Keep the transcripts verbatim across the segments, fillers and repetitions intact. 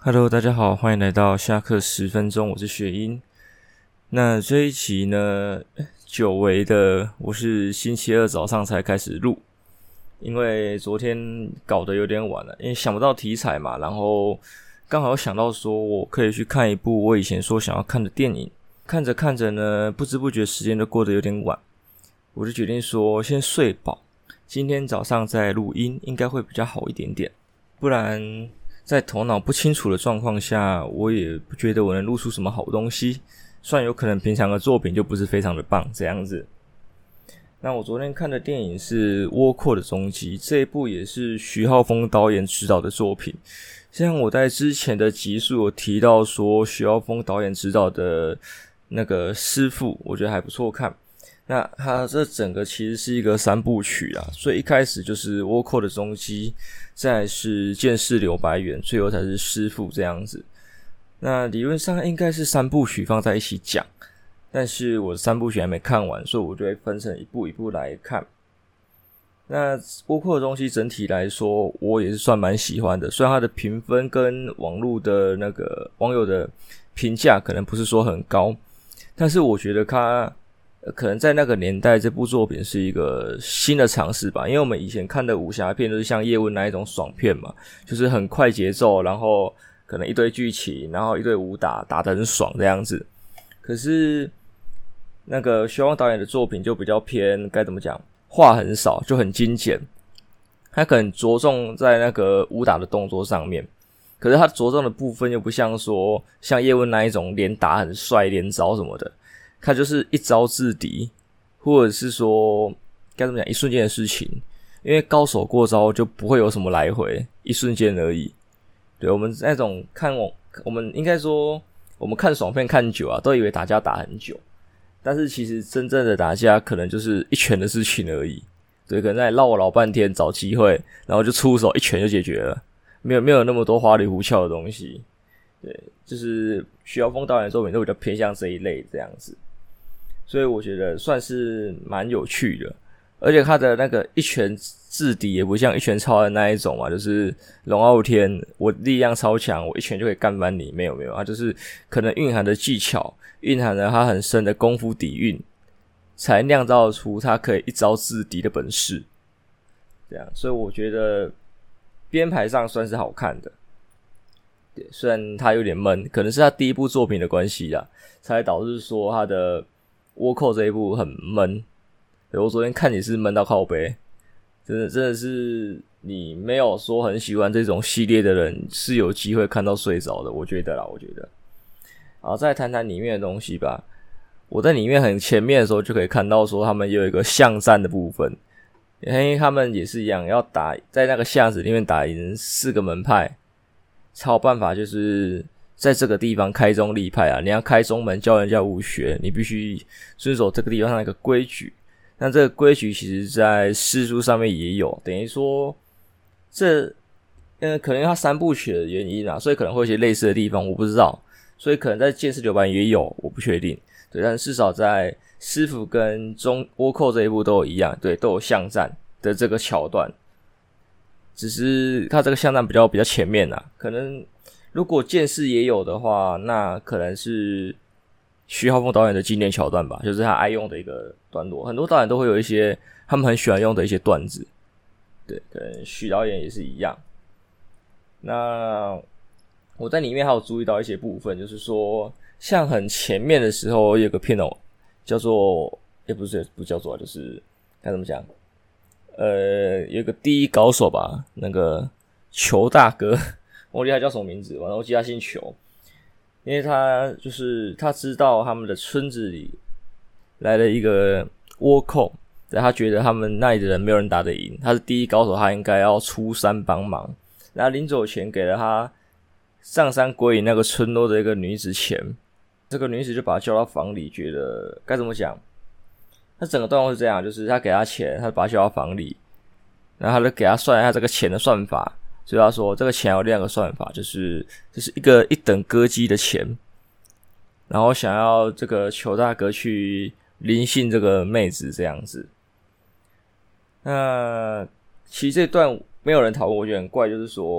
Hello，大家好，欢迎来到下课十分钟，我是雪英。那这一集呢，久违的，我是星期二早上才开始录，因为昨天搞得有点晚了，因为想不到题材嘛，然后刚好想到说我可以去看一部我以前说想要看的电影，看着看着呢，不知不觉时间都过得有点晚，我就决定说先睡饱，今天早上再录音应该会比较好一点点，不然在头脑不清楚的状况下，我也不觉得我能录出什么好东西。虽然有可能平常的作品就不是非常的棒这样子。那我昨天看的电影是《倭寇的踪迹》，这一部也是徐浩峰导演执导的作品。像我在之前的集数有提到说，徐浩峰导演执导的那个《师父》，我觉得还不错看。那它这整个其实是一个三部曲啦，所以一开始就是倭寇的踪迹，再来是剑士柳白猿，最后才是师父这样子。那理论上应该是三部曲放在一起讲，但是我的三部曲还没看完，所以我就会分成一部一部来看。那倭寇的东西整体来说，我也是算蛮喜欢的，虽然它的评分跟网络的那个网友的评价可能不是说很高，但是我觉得它可能在那个年代，这部作品是一个新的尝试吧，因为我们以前看的武侠片都是像叶问那一种爽片嘛，就是很快节奏，然后可能一堆剧情，然后一堆武打，打得很爽这样子。可是那个徐浩峰导演的作品就比较偏，该怎么讲，话很少，就很精简。他可能着重在那个武打的动作上面，可是他着重的部分又不像说像叶问那一种连打很帅连招什么的。他就是一招制敌，或者是说该怎么讲，一瞬间的事情，因为高手过招就不会有什么来回，一瞬间而已。对，我们那种看我我们应该说我们看爽片看久啊，都以为打架打很久，但是其实真正的打架可能就是一拳的事情而已。对，可能在绕老半天找机会，然后就出手一拳就解决了，没有没有那么多花里胡哨的东西。对，就是徐浩峰导演的作品都比较偏向这一类这样子。所以我觉得算是蛮有趣的，而且他的那个一拳制敌也不像一拳超人那一种嘛，就是龙傲天我力量超强，我一拳就可以干翻你，没有没有，他就是可能蕴含的技巧，蕴含了他很深的功夫底蕴，才酿造出他可以一招制敌的本事。这样，所以我觉得编排上算是好看的。对，虽然他有点闷，可能是他第一部作品的关系啦，才导致说他的倭寇这一部很闷，对，我昨天看也是闷到靠背，真的真的是你没有说很喜欢这种系列的人是有机会看到睡着的，我觉得啦，我觉得。好，再谈谈里面的东西吧。我在里面很前面的时候就可以看到说他们有一个巷战的部分，因为他们也是一样要打在那个巷子里面打赢四个门派，才有办法就是在这个地方开宗立派啊！你要开宗门教人家武学，你必须遵守这个地方上的一个规矩。那这个规矩其实在诗书上面也有，等于说这嗯，可能它三部曲的原因啊，所以可能会有一些类似的地方，我不知道。所以可能在剑士柳白猿也有，我不确定。对，但至少在师父跟中倭寇这一部都有一样，对，都有巷战的这个桥段。只是它这个巷战比较比较前面啊，可能如果剑士也有的话，那可能是徐浩峰导演的经典桥段吧，就是他爱用的一个段落。很多导演都会有一些他们很喜欢用的一些段子，对，可能徐导演也是一样。那我在里面还有注意到一些部分，就是说像很前面的时候有个片哦，叫做也不是不叫做，就是该怎么讲？呃，有一个第一高手吧，那个裘大哥，我忘记他叫什么名字，然后我记得他姓裘，因为他就是他知道他们的村子里来了一个倭寇，但他觉得他们那里的人没有人打得赢，他是第一高手，他应该要出山帮忙。然后临走前给了他上山归隐那个村落的一个女子钱，这个女子就把他叫到房里，觉得该怎么讲？他整个段落是这样，就是他给他钱，他把他叫到房里，然后他就给他算一下这个钱的算法，所以他说这个钱有两个算法，就是就是一个一等歌姬的钱，然后想要这个裘大哥去临幸这个妹子这样子。那其实这段没有人讨论，我觉得很怪，就是说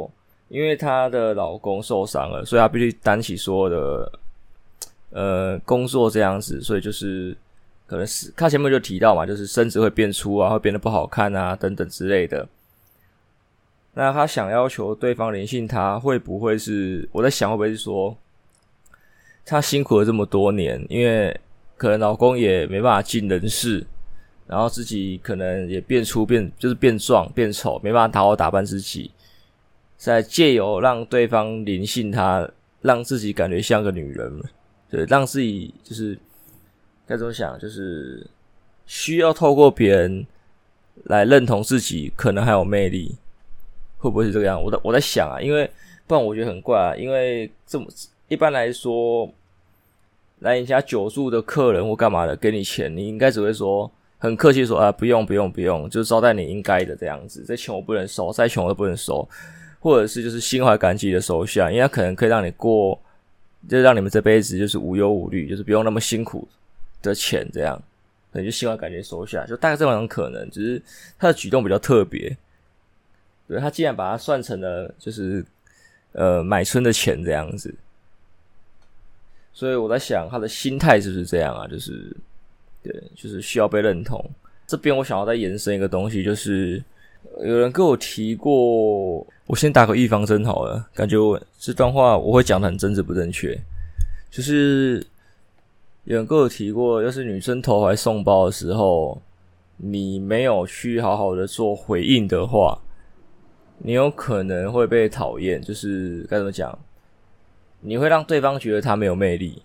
因为她的老公受伤了，所以她必须担起所有的呃工作这样子，所以就是可能是她前面就提到嘛，就是身子会变粗啊，会变得不好看啊等等之类的。那她想要求对方联系她，会不会是我在想会不会是说她辛苦了这么多年，因为可能老公也没办法尽人事，然后自己可能也变粗变就是变壮变丑，没办法好好打扮自己，在借由让对方灵性她，让自己感觉像个女人，对，让自己就是该怎么想，就是需要透过别人来认同自己，可能还有魅力，会不会是这个样？我在我在想啊，因为不然我觉得很怪啊，因为这么一般来说。来人家酒宿的客人或干嘛的给你钱，你应该只会说很客气说啊不用不用不用，就是招待你应该的这样子，这钱我不能收，再穷我都不能收，或者是就是心怀感激的收下，因为他可能可以让你过，就让你们这辈子就是无忧无虑，就是不用那么辛苦的钱这样，可能就心怀感激收下，就大概这种可能，只是他的举动比较特别，对，他竟然把它算成了就是呃买春的钱这样子。所以我在想他的心态是不是这样啊，就是对，就是需要被认同。这边我想要再延伸一个东西，就是有人跟我提过，我先打个预防针好了，感觉我这段话我会讲得很政治不正确，就是有人跟我提过，要是女生投怀送抱的时候，你没有去好好的做回应的话，你有可能会被讨厌，就是该怎么讲，你会让对方觉得他没有魅力。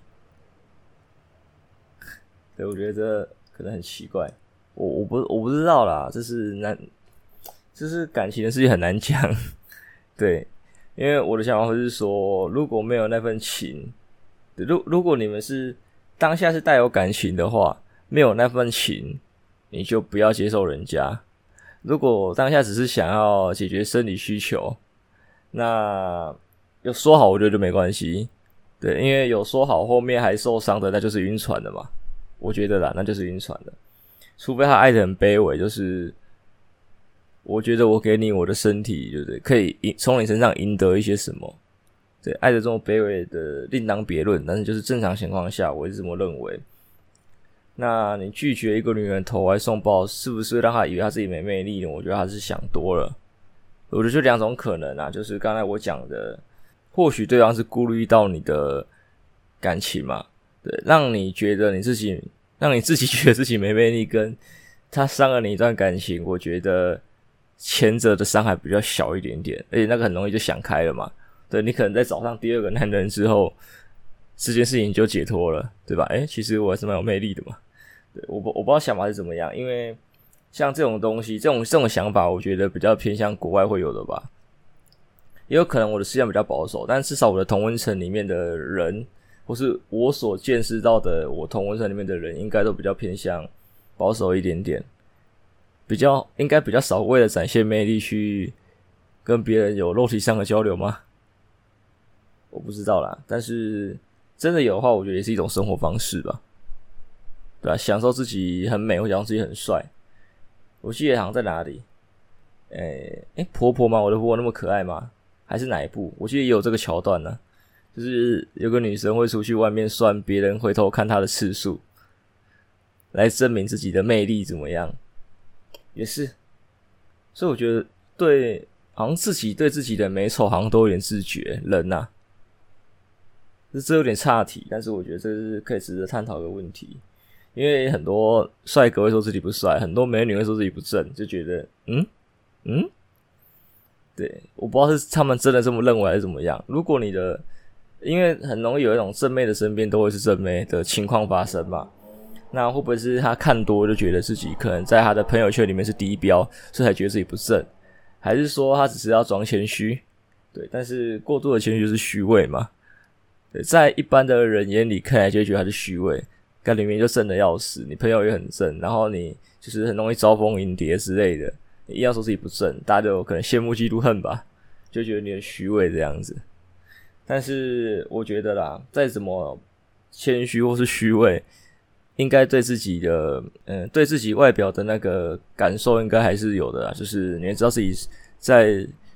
对，我觉得这可能很奇怪，我我不我不知道啦，这是难，这是感情的事情很难讲。对，因为我的想法会是说，如果没有那份情，如如果你们是当下是带有感情的话，没有那份情，你就不要接受人家。如果当下只是想要解决生理需求，那有说好我觉得就没关系。对，因为有说好后面还受伤的，那就是晕船的嘛。我觉得啦，那就是晕船的。除非他爱得很卑微，就是我觉得我给你我的身体，对不对？可以从你身上赢得一些什么。对，爱的这种卑微的另当别论，但是就是正常情况下，我也是这么认为。那你拒绝一个女人投怀送抱，是不是让她以为她自己没魅力呢？我觉得她是想多了。我觉得就两种可能啊，就是刚才我讲的，或许对方是顾虑到你的感情嘛，对，让你觉得你自己，让你自己觉得自己没魅力，跟他伤了你一段感情，我觉得前者的伤害比较小一点点，而且那个很容易就想开了嘛。对，你可能在找上第二个男人之后，这件事情就解脱了，对吧？诶，其实我还是蛮有魅力的嘛。对，我不我不知道想法是怎么样，因为像这种东西，这种这种想法，我觉得比较偏向国外会有的吧。也有可能我的思想比较保守，但至少我的同温层里面的人，或是我所见识到的我同温层里面的人，应该都比较偏向保守一点点，比较应该比较少为了展现魅力去跟别人有肉体上的交流吗？我不知道啦，但是真的有的话，我觉得也是一种生活方式吧，对吧、啊？享受自己很美，或享受自己很帅。我记得好像在哪里，诶、欸、诶，婆婆吗？我的婆婆那么可爱吗？还是哪一部？我记得也有这个桥段呢、啊，就是有个女生会出去外面算别人回头看她的次数，来证明自己的魅力怎么样，也是。所以我觉得对，好像自己对自己的美丑好像都有点自觉，人啊。这有点岔题，但是我觉得这是可以值得探讨的问题，因为很多帅哥会说自己不帅，很多美女会说自己不正，就觉得嗯嗯，对，我不知道是他们真的这么认为还是怎么样。如果你的，因为很容易有一种正妹的身边都会是正妹的情况发生嘛，那会不会是他看多就觉得自己可能在他的朋友圈里面是低标，所以才觉得自己不正，还是说他只是要装谦虚？对，但是过度的谦虚就是虚伪嘛。对，在一般的人眼里看来就会觉得他是虚伪，但里面就正的要死，你朋友也很正，然后你就是很容易招蜂引蝶之类的，你硬要说自己不正，大家就可能羡慕嫉妒恨吧，就觉得你很虚伪这样子。但是我觉得啦，再怎么谦虚或是虚伪，应该对自己的嗯，对自己外表的那个感受应该还是有的啦，就是你会知道自己在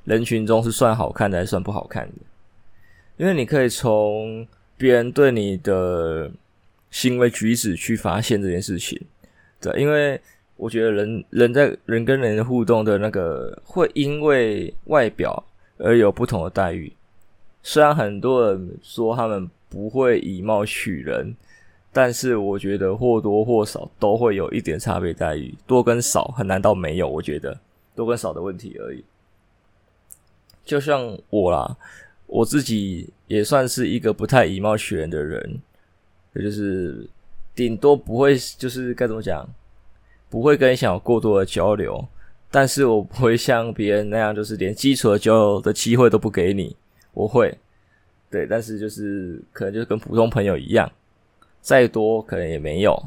人群中是算好看的还是算不好看的，因为你可以从别人对你的行为举止去发现这件事情。对，因为我觉得人人在人跟人的互动的那个会因为外表而有不同的待遇。虽然很多人说他们不会以貌取人，但是我觉得或多或少都会有一点差别待遇，多跟少很难到没有，我觉得多跟少的问题而已。就像我啦，我自己也算是一个不太以貌取人的人，也就是顶多不会就是该怎么讲，不会跟你想有过多的交流，但是我不会像别人那样就是连基础的交流的机会都不给你。我会，对，但是就是可能就是跟普通朋友一样，再多可能也没有。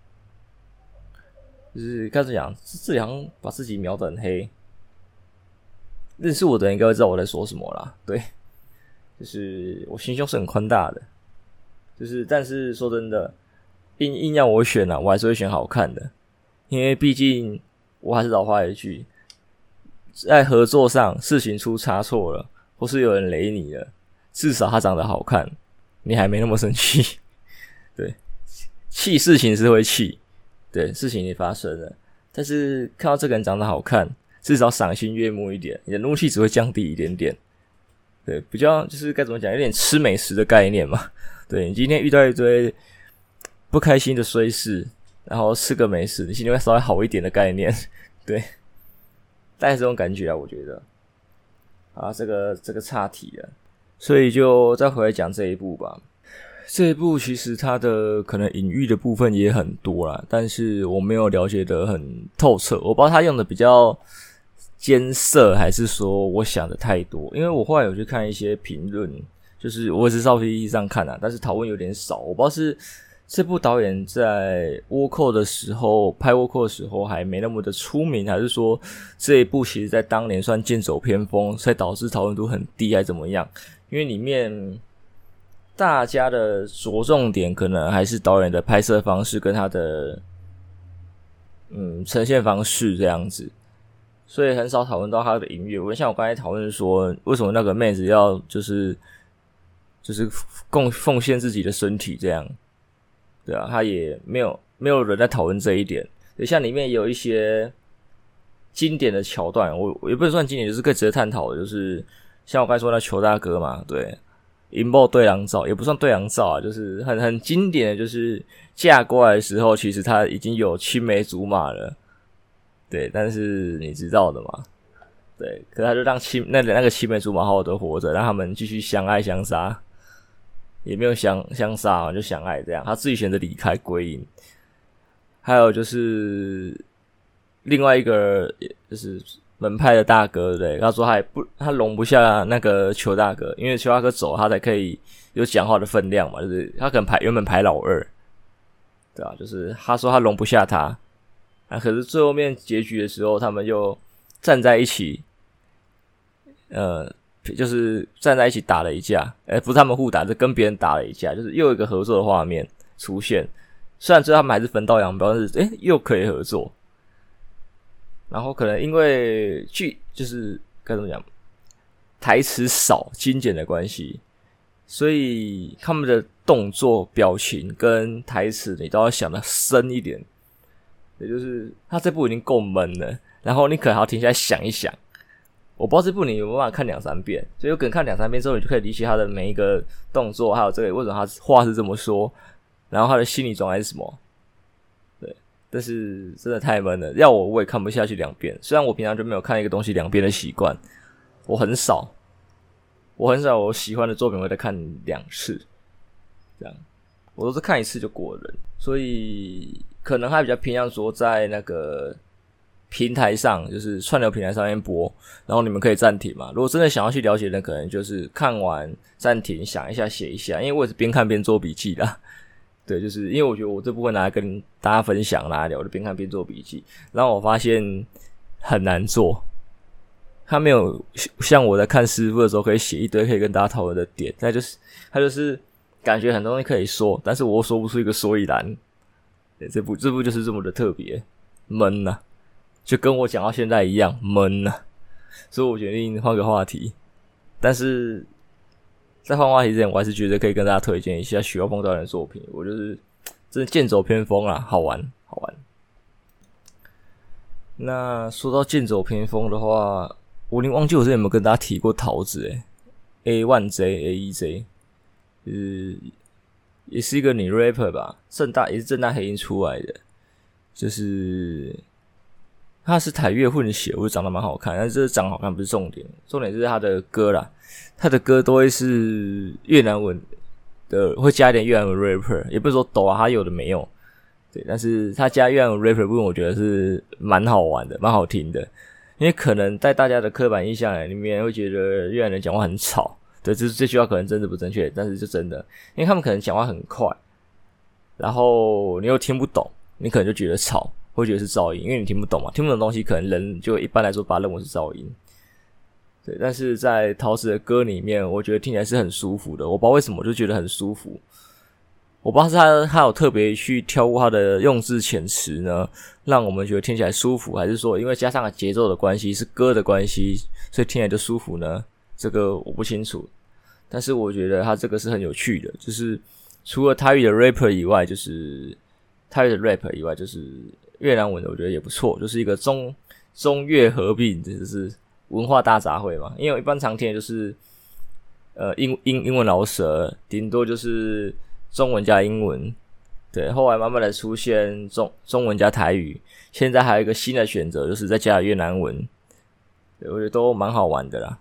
就是该怎么讲，自己好像把自己描得很黑。认识我的人应该会知道我在说什么啦，对，就是我心胸是很宽大的，就是但是说真的，硬硬要我选啊，我还是会选好看的，因为毕竟我还是老话一句，在合作上事情出差错了，或是有人雷你了，至少他长得好看，你还没那么生气。对，气事情是会气，对，事情也发生了，但是看到这个人长得好看，至少赏心悦目一点，你的怒气只会降低一点点。对，比较就是该怎么讲，有点吃美食的概念嘛。对，你今天遇到一堆不开心的衰事，然后吃个美食，你心里会稍微好一点的概念。对，大概是这种感觉啊，我觉得。啊，这个这个岔题了，所以就再回来讲这一部吧。这一部其实它的可能隐喻的部分也很多啦，但是我没有了解得很透彻，我不知道他用的比较艰涩，还是说我想的太多。因为我后来有去看一些评论，就是我也是照 P P T 上看啊，但是讨论有点少。我不知道是这部导演在倭寇的时候拍倭寇的时候还没那么的出名，还是说这一部其实在当年算剑走偏锋，所以导致讨论度很低，还怎么样？因为里面大家的着重点可能还是导演的拍摄方式跟他的嗯呈现方式这样子，所以很少讨论到他的音乐。我像我刚才讨论说，为什么那个妹子要就是就是贡奉献自己的身体这样，对啊，他也没有没有人在讨论这一点。对，像里面也有一些经典的桥段，我也不能算经典，就是可以直接探讨的，就是像我刚才说那裘大哥嘛，对。银豹对狼照也不算对狼照啊，就是很很经典的，就是嫁过来的时候，其实他已经有青梅竹马了，对，但是你知道的嘛，对，可是他就让青那那个青梅竹马好好的活着，让他们继续相爱相杀，也没有相相杀嘛，就相爱这样，他自己选择离开归隐。还有就是另外一个就是门派的大哥，对，他说他也不，他容不下那个裘大哥，因为裘大哥走，他才可以有讲话的分量嘛，就是他可能排原本排老二，对啊，就是他说他容不下他，啊，可是最后面结局的时候，他们又站在一起，呃，就是站在一起打了一架，诶、欸，不是他们互打，是跟别人打了一架，就是又有一个合作的画面出现，虽然最后他们还是分道扬镳，但是诶、欸，又可以合作。然后可能因为剧就是该怎么讲，台词少精简的关系，所以他们的动作、表情跟台词你都要想得深一点。也就是他这部已经够闷了，然后你可能还要停下来想一想。我不知道这部你有没有办法看两三遍，所以有可能看两三遍之后，你就可以理解他的每一个动作，还有这个为什么他话是这么说，然后他的心理状态是什么。但是真的太闷了，要我我也看不下去两遍。虽然我平常就没有看一个东西两遍的习惯，我很少，我很少我喜欢的作品会再看两次，这样我都是看一次就过了人。所以可能还比较偏向说在那个平台上，就是串流平台上面播，然后你们可以暂停嘛。如果真的想要去了解的，可能就是看完暂停，想一下，写一下，因为我也是边看边做笔记啦。对，就是因为我觉得我这部分拿来跟大家分享啦，我就边看边做笔记，然后我发现很难做，他没有像我在看师傅的时候可以写一堆可以跟大家讨论的点，他就是他就是感觉很多东西可以说，但是我又说不出一个所以然。对，这部这部就是这么的特别闷啊，就跟我讲到现在一样闷啊。 所以我决定换个话题。但是在换话题之前，我还是觉得可以跟大家推荐一下许耀峰导演的作品。我就是真的剑走偏锋啦，好玩好玩。那说到剑走偏锋的话，我已经忘记我之前有没有跟大家提过桃子诶 A 一 J A 一 J， 就是也是一个女 rapper 吧，政大也是政大黑鹰出来的，就是她是台越混血，我就长得蛮好看，但是这长得好看不是重点，重点是她的歌啦，她的歌都会是越南文的，会加一点越南文 rapper， 也不是说抖啊，她有的没有，对，但是她加越南文 rapper 部分，我觉得是蛮好玩的，蛮好听的，因为可能在大家的刻板印象里面会觉得越南人讲话很吵，对，这这句话可能真的不正确，但是就真的，因为他们可能讲话很快，然后你又听不懂，你可能就觉得吵。会觉得是噪音，因为你听不懂嘛，听不懂的东西可能人就一般来说把它认为是噪音。对，但是在陶喆的歌里面，我觉得听起来是很舒服的。我不知道为什么，我就觉得很舒服。我不知道是他他有特别去挑过他的用字遣词呢，让我们觉得听起来舒服，还是说因为加上了节奏的关系，是歌的关系，所以听起来就舒服呢？这个我不清楚。但是我觉得他这个是很有趣的，就是除了台语的 rapper 以外，就是台语的 rap 以外，就是越南文的我觉得也不错，就是一个中中越合并，这就是文化大杂烩嘛。因为我一般常听的就是呃英英英文饶舌，顶多就是中文加英文，对，后来慢慢的出现中中文加台语，现在还有一个新的选择，就是再加了越南文，对，我觉得都蛮好玩的啦。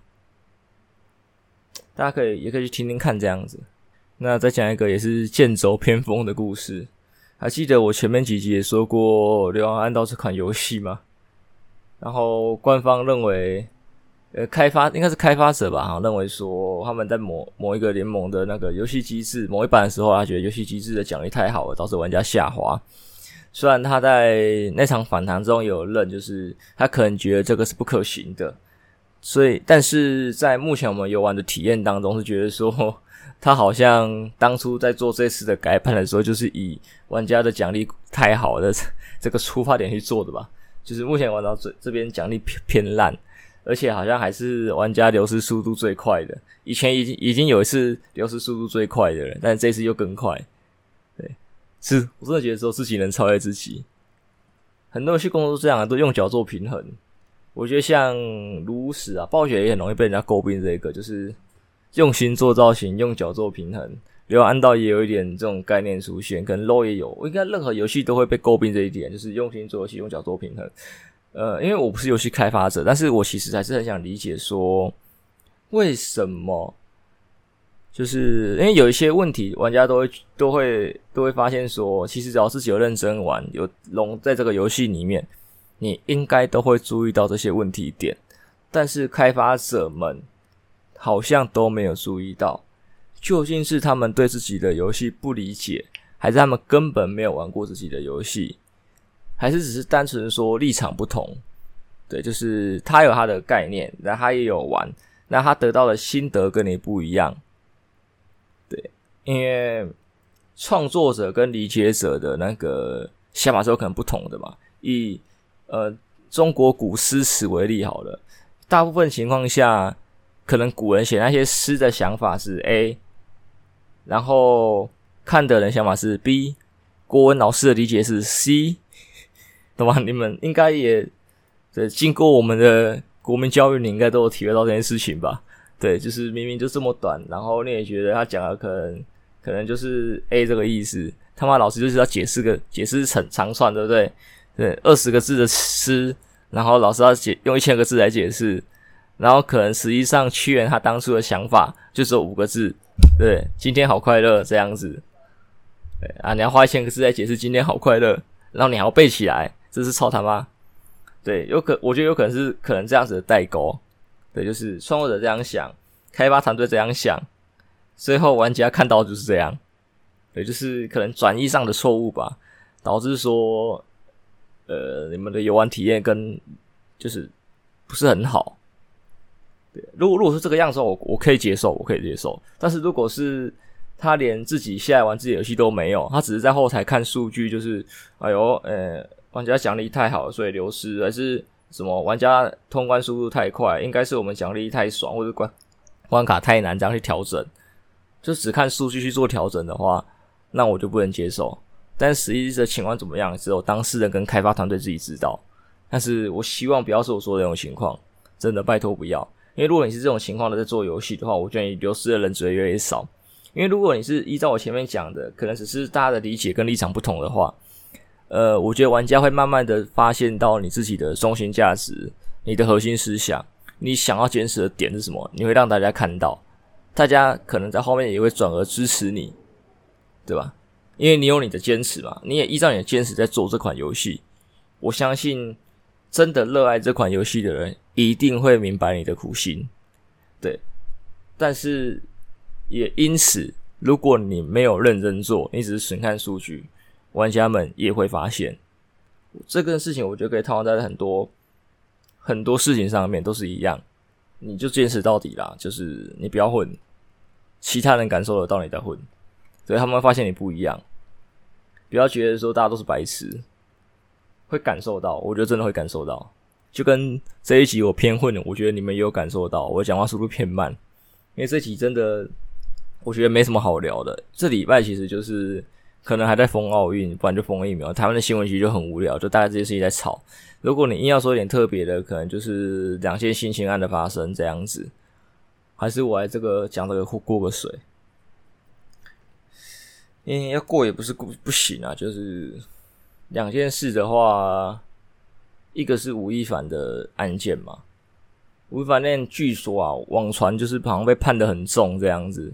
大家可以也可以去听听看这样子。那再讲一个也是剑走偏锋的故事。还记得我前面几集也说过《流浪暗道》这款游戏吗？然后官方认为，呃，开发应该是开发者吧，认为说他们在某某一个联盟的那个游戏机制某一版的时候，他觉得游戏机制的奖励太好了，导致玩家下滑。虽然他在那场反弹中有认，就是他可能觉得这个是不可行的，所以但是在目前我们游玩的体验当中，是觉得说。他好像当初在做这次的改版的时候，就是以玩家的奖励太好的这个出发点去做的吧。就是目前玩到这这边奖励偏偏烂，而且好像还是玩家流失速度最快的。以前已经已经有一次流失速度最快的人，但是这次又更快。对，是我真的觉得说自己能超越自己。很多游戏公司都这样，都用脚做平衡。我觉得像炉石啊，暴雪也很容易被人家诟病这个，就是。用心做造型，用脚做平衡。流浪暗道也有一点这种概念出现，可能 L O 也有。应该任何游戏都会被诟病这一点，就是用心做游戏，用脚做平衡。呃，因为我不是游戏开发者，但是我其实还是很想理解说，为什么？就是因为有一些问题，玩家都会都会都会发现说，其实只要自己有认真玩，有融在这个游戏里面，你应该都会注意到这些问题点。但是开发者们。好像都没有注意到，究竟是他们对自己的游戏不理解，还是他们根本没有玩过自己的游戏，还是只是单纯说立场不同？对，就是他有他的概念，那他也有玩，那他得到的心得跟你不一样。对，因为创作者跟理解者的那个想法是有可能不同的嘛。以呃中国古诗词为例好了，大部分情况下。可能古人写那些诗的想法是 A， 然后看的人想法是 B， 国文老师的理解是 C， 懂吗？你们应该也对经过我们的国民教育，你应该都有体会到这件事情吧？对，就是明明就这么短，然后你也觉得他讲的可能可能就是 A 这个意思，他妈老师就是要解释个解释成长串，对不对？对，二十个字的诗，然后老师要解用一千个字来解释。然后可能实际上屈原他当初的想法就只有五个字，对，今天好快乐这样子，对啊，你要花一千个字来解释今天好快乐，然后你还要背起来，这是操他妈，对，有可我觉得有可能是可能这样子的代沟，对，就是创作者这样想，开发团队这样想，最后玩家看到就是这样，对，就是可能转译上的错误吧，导致说，呃，你们的游玩体验跟就是不是很好。对，如果如果是这个样子，我我可以接受，我可以接受。但是如果是他连自己下来玩自己的游戏都没有，他只是在后台看数据，就是哎呦，呃，玩家奖励太好了，所以流失，还是什么玩家通关速度太快，应该是我们奖励太爽，或者关关卡太难，这样去调整。就只看数据去做调整的话，那我就不能接受。但实际的情况怎么样，只有当事人跟开发团队自己知道。但是我希望不要是我说的那种情况，真的拜托不要。因为如果你是这种情况的在做游戏的话，我觉得你流失的人只会越来越少。因为如果你是依照我前面讲的，可能只是大家的理解跟立场不同的话，呃，我觉得玩家会慢慢的发现到你自己的中心价值，你的核心思想，你想要坚持的点是什么，你会让大家看到，大家可能在后面也会转而支持你，对吧？因为你有你的坚持嘛，你也依照你的坚持在做这款游戏，我相信真的热爱这款游戏的人一定会明白你的苦心，对。但是也因此，如果你没有认真做，你只是纯看数据，玩家们也会发现这个事情。我觉得可以套用在很多很多事情上面都是一样，你就坚持到底啦，就是你不要混，其他人感受得到你在混，所以他们会发现你不一样。不要觉得说大家都是白痴，会感受到，我觉得真的会感受到。就跟这一集我偏混的，我觉得你们也有感受到，我讲话速度偏慢，因为这集真的我觉得没什么好聊的。这礼拜其实就是可能还在封奥运，不然就封疫苗，台湾的新闻其实就很无聊，就大概这些事情在吵。如果你硬要说一点特别的，可能就是两件性侵案的发生这样子，还是我来这个讲这个过个水。因为要过也不是不行啊，就是两件事的话，一个是吴亦凡的案件嘛，吴亦凡那据说啊，网传就是好像被判得很重这样子。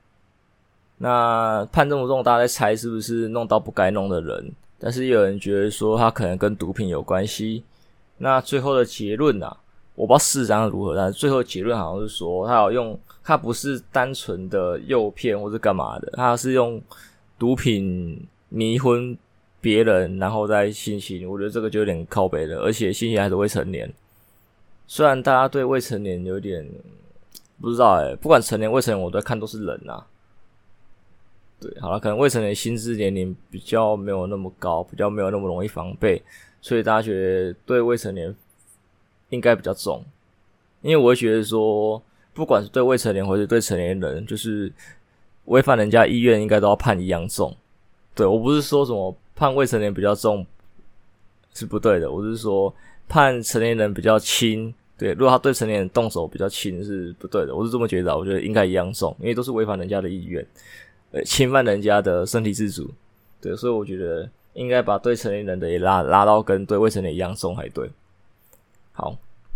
那判这么重，大家在猜是不是弄到不该弄的人，但是也有人觉得说他可能跟毒品有关系。那最后的结论啊，我不知道事实上如何，但是最后的结论好像是说他有用，他不是单纯的诱骗或是干嘛的，他是用毒品迷昏别人，然后再性侵。我觉得这个就有点靠北了，而且性侵还是未成年。虽然大家对未成年有点不知道诶、欸、不管成年未成年，我都看都是人啊。对，好了，可能未成年心智年龄比较没有那么高，比较没有那么容易防备，所以大家觉得对未成年应该比较重。因为我会觉得说，不管是对未成年或是对成年人，就是违反人家意愿应该都要判一样重。对，我不是说什么判未成年比较重是不对的，我是说判成年人比较轻。对，如果他对成年人动手比较轻是不对的，我是这么觉得，我觉得应该一样重，因为都是违反人家的意愿，呃，侵犯人家的身体自主。对，所以我觉得应该把对成年人的也拉拉到跟对未成年一样重才对。好，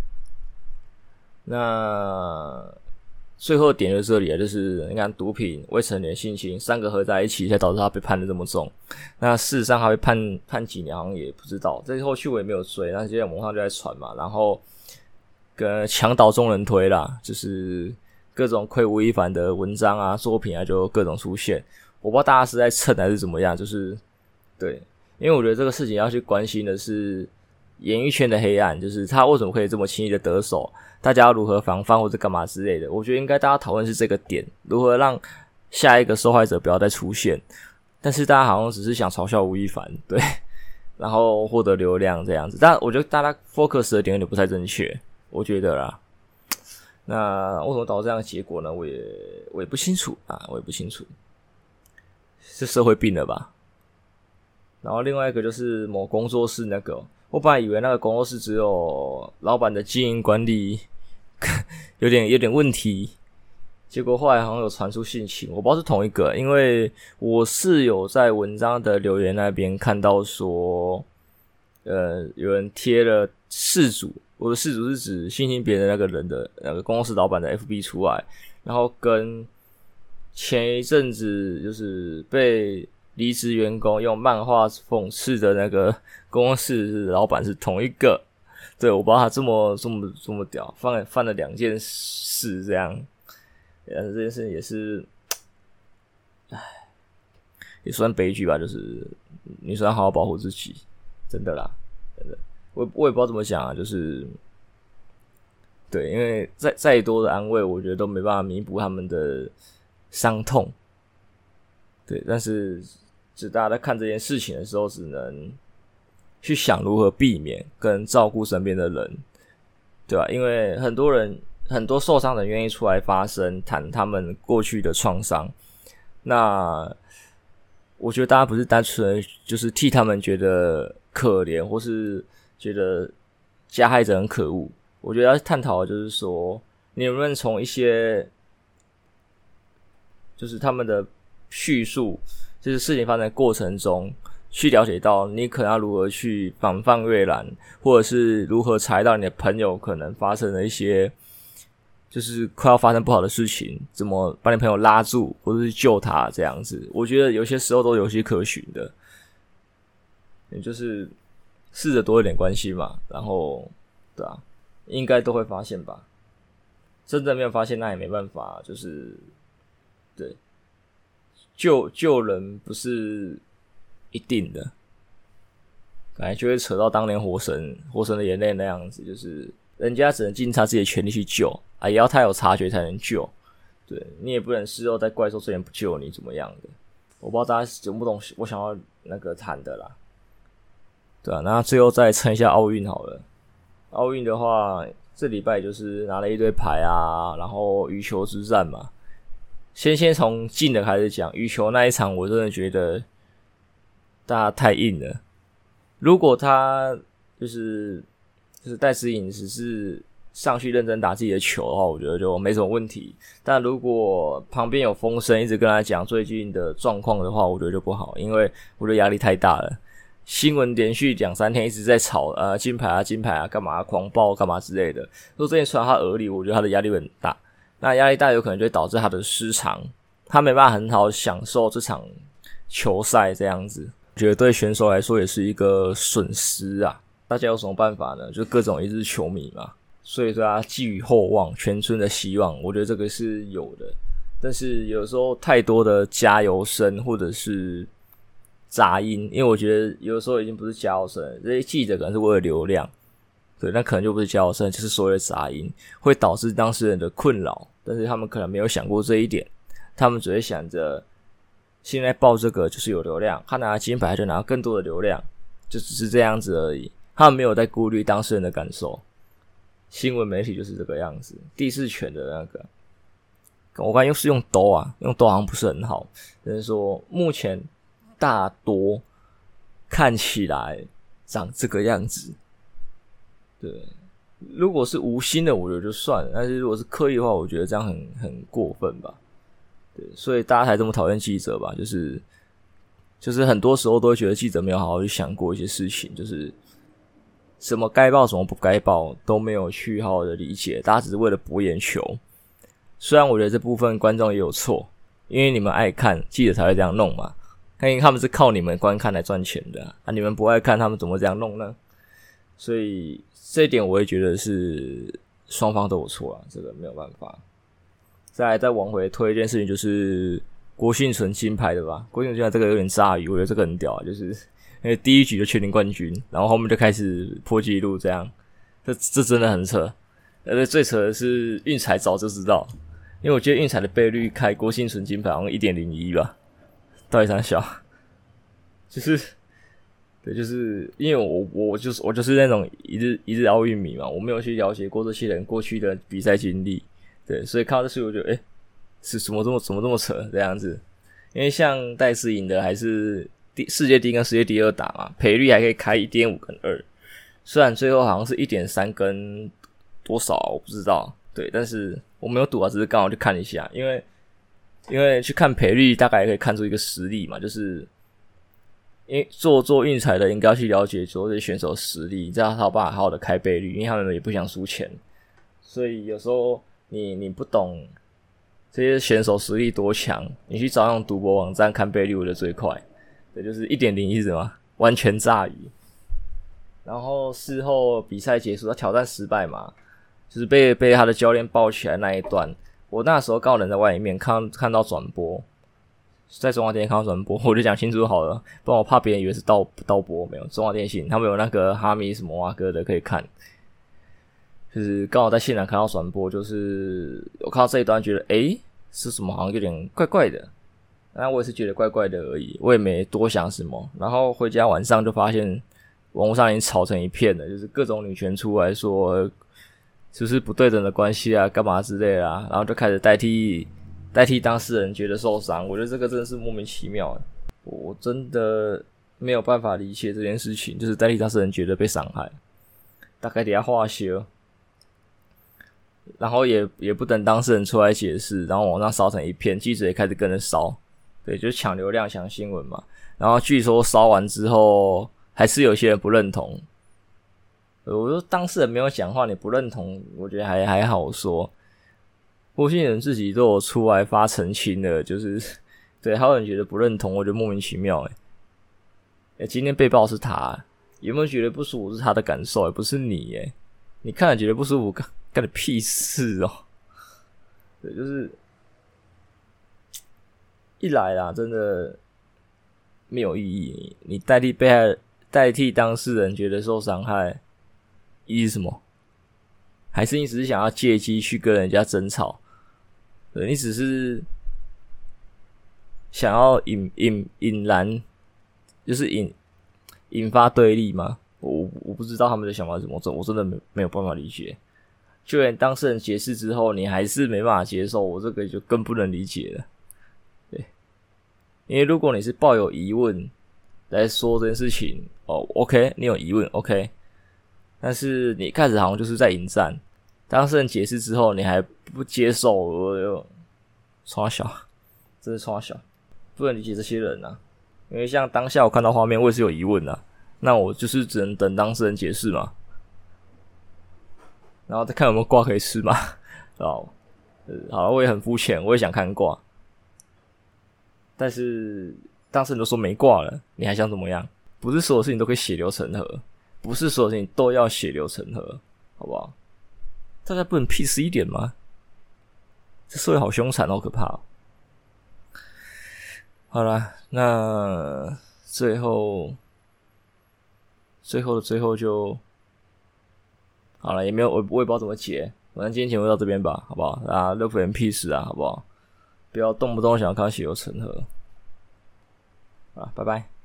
那最后点就是这里了，就是你看毒品、未成年性侵三个合在一起，才导致他被判得这么重。那事实上他被判判几年好像也不知道，这后续我也没有追。那现在网上就在传嘛，然后跟墙倒众人推啦，就是各种亏吴亦凡的文章啊、作品啊，就各种出现。我不知道大家是在蹭还是怎么样，就是对，因为我觉得这个事情要去关心的是演艺圈的黑暗，就是他为什么可以这么轻易的得手，大家要如何防范或者干嘛之类的。我觉得应该大家讨论是这个点，如何让下一个受害者不要再出现。但是大家好像只是想嘲笑吴亦凡，对，然后获得流量这样子。但我觉得大家 focus 的点有点不太正确，我觉得啦。那为什么导致这样的结果呢？我也我也不清楚啊，我也不清楚，是社会病了吧？然后另外一个就是某工作室那个，我本来以为那个工作室只有老板的经营管理有点有点问题，结果后来好像有传出性侵，我不知道是同一个，因为我是有在文章的留言那边看到说，呃，有人贴了事主，我的事主是指性侵别人那个人的那个公司老板的 F B 出来，然后跟前一阵子就是被离职员工用漫画讽刺的那个公司老板是同一个。对，我不知道他这么这么这么屌，犯了犯了两件事这样。但是这件事情也是，唉，也算悲剧吧。就是你算好好保护自己，真的啦，真的。我我也不知道怎么讲啊，就是对，因为再再多的安慰，我觉得都没办法弥补他们的伤痛。对，但是只大家在看这件事情的时候，只能去想如何避免跟照顾身边的人，对吧？因为很多人很多受伤的人愿意出来发声，谈他们过去的创伤。那我觉得大家不是单纯就是替他们觉得可怜，或是觉得加害者很可恶。我觉得要探讨的就是说，你能不能从一些就是他们的叙述，就是事情发生的过程中，去了解到你可能要如何去防范未然，或者是如何察觉到你的朋友可能发生了一些就是快要发生不好的事情，怎么把你朋友拉住，或者是救他这样子。我觉得有些时候都有迹可循的，也就是试着多一点关系嘛，然后对啊，应该都会发现吧。真的没有发现那也没办法，就是对救救人不是一定的，感觉就会扯到当年火神火神的眼泪那样子，就是人家只能尽他自己的全力去救啊，也要他有察觉才能救。对，你也不能事后再怪说这人不救你怎么样的。我不知道大家懂不懂我想要那个谈的啦。对啊，那最后再撑一下奥运好了。奥运的话，这礼拜就是拿了一堆牌啊，然后羽球之战嘛。先先从近的开始讲，羽球那一场我真的觉得大家太硬了。如果他就是就是戴资颖只是上去认真打自己的球的话，我觉得就没什么问题。但如果旁边有风声一直跟他讲最近的状况的话，我觉得就不好，因为我觉得压力太大了。新闻连续两三天一直在吵呃金牌啊金牌啊干嘛狂爆干嘛之类的，如果这件传到他耳里，我觉得他的压力会很大。那压力大有可能就会导致他的失常，他没办法很好享受这场球赛这样子。我觉得对选手来说也是一个损失啊。大家有什么办法呢？就各种一日球迷嘛，所以对他寄予厚望，全村的希望，我觉得这个是有的。但是有时候太多的加油声或者是杂音，因为我觉得有时候已经不是加油声，这些记者可能是为了流量，对，那可能就不是加油声，就是所谓的杂音，会导致当事人的困扰。但是他们可能没有想过这一点，他们只会想着现在报这个就是有流量，他拿金牌就拿更多的流量，就只是这样子而已。他们没有在顾虑当事人的感受。新闻媒体就是这个样子，第四权的那个，我刚才又是用抖啊，用抖好像不是很好，就是说目前大多看起来长这个样子。对，如果是无心的我觉得就算了，但是如果是刻意的话，我觉得这样很很过分吧。对，所以大家才这么讨厌记者吧，就是就是很多时候都会觉得记者没有好好去想过一些事情，就是什么该报什么不该报都没有去好好的理解，大家只是为了博眼球。虽然我觉得这部分观众也有错，因为你们爱看，记者才会这样弄嘛，因为他们是靠你们观看来赚钱的啊，你们不爱看他们怎么会这样弄呢？所以这一点我也觉得是双方都有错啦，这个没有办法。再来再往回推一件事情，就是郭婞淳金牌的吧，郭婞淳金牌这个有点炸鱼，我觉得这个很屌啊，就是因为第一局就确定冠军，然后后面就开始破纪录这样，这这真的很扯。而且最扯的是运彩早就知道，因为我觉得运彩的倍率开郭婞淳金牌好像 一点零一 吧，到底啥小？就是对，就是因为我我就是我就是那种一日一日奥运迷嘛，我没有去了解过这些人过去的比赛经历，对，所以看到这数我觉得诶是什么这么怎么这么扯这样子？因为像戴资颖的还是第世界第一跟世界第二打嘛，赔率还可以开 一点五 跟二，虽然最后好像是 一点三 跟多少我不知道，对，但是我没有赌啊，只是刚好去看一下，因为因为去看赔率大概也可以看出一个实力嘛，就是因为做做运彩的应该要去了解说这些选手的实力，这样他有办法好好的开倍率，因为他们也不想输钱，所以有时候你你不懂这些选手实力多强，你去找那种赌博网站看倍率，我觉得最快，对，就是 一点零一 是吗？完全炸鱼。然后事后比赛结束，他挑战失败嘛，就是被被他的教练抱起来那一段，我那时候刚好人在外面看看到转播，在中华电信看到转播，我就讲清楚好了，不然我怕别人以为是盗盗播，没有，中华电信他们有那个哈密什么啊哥的可以看，就是刚好在现场看到转播，就是我看到这一段觉得诶是什么好像有点怪怪的，那我也是觉得怪怪的而已，我也没多想什么，然后回家晚上就发现网络上已经吵成一片了，就是各种女权出来说就是不对等的关系啊，干嘛之类啊，然后就开始代替代替当事人觉得受伤。我觉得这个真的是莫名其妙的，我真的没有办法理解这件事情，就是代替当事人觉得被伤害，大概得要化修，然后也也不等当事人出来解释，然后网上烧成一片，记者也开始跟着烧，对，就是抢流量、抢新闻嘛。然后据说烧完之后，还是有些人不认同。我说当事人没有讲话，你不认同，我觉得还还好说。郭姓人自己都有出来发澄清了，就是对，还有人觉得不认同，我觉得莫名其妙诶、欸。诶、欸，今天被爆是他，有没有觉得不舒服是他的感受，也不是你诶、欸。你看了觉得不舒服，干干你屁事哦！对，就是一来啦，真的没有意义。你代替被害，代替当事人觉得受伤害。意义是什么？还是你只是想要借机去跟人家争吵？对，你只是想要引引引燃，就是引引发对立吗？我我不知道他们的想法是什么，我真的没没有办法理解。就连当事人解释之后，你还是没办法接受，我这个就更不能理解了。对，因为如果你是抱有疑问来说这件事情，哦 ，OK， 你有疑问 ，OK。但是你开始好像就是在引战，当事人解释之后你还不接受，我就超小，真是超小，不能理解这些人啊。因为像当下我看到画面，我也是有疑问啊，那我就是只能等当事人解释嘛，然后再看有没有卦可以吃嘛。哦，好了，我也很肤浅，我也想看卦，但是当事人都说没卦了，你还想怎么样？不是所有事情都可以血流成河。不是所有事情都要血流成河，好不好？大家不能 peace 一点吗？这社会好凶残，好可怕哦。好啦，那最后最后的最后就好了，也没有我我也不知道怎么解，反正今天节目到这边吧，好不好？啊 ，love and peace 啊，好不好？不要动不动想要看血流成河。啊，拜拜。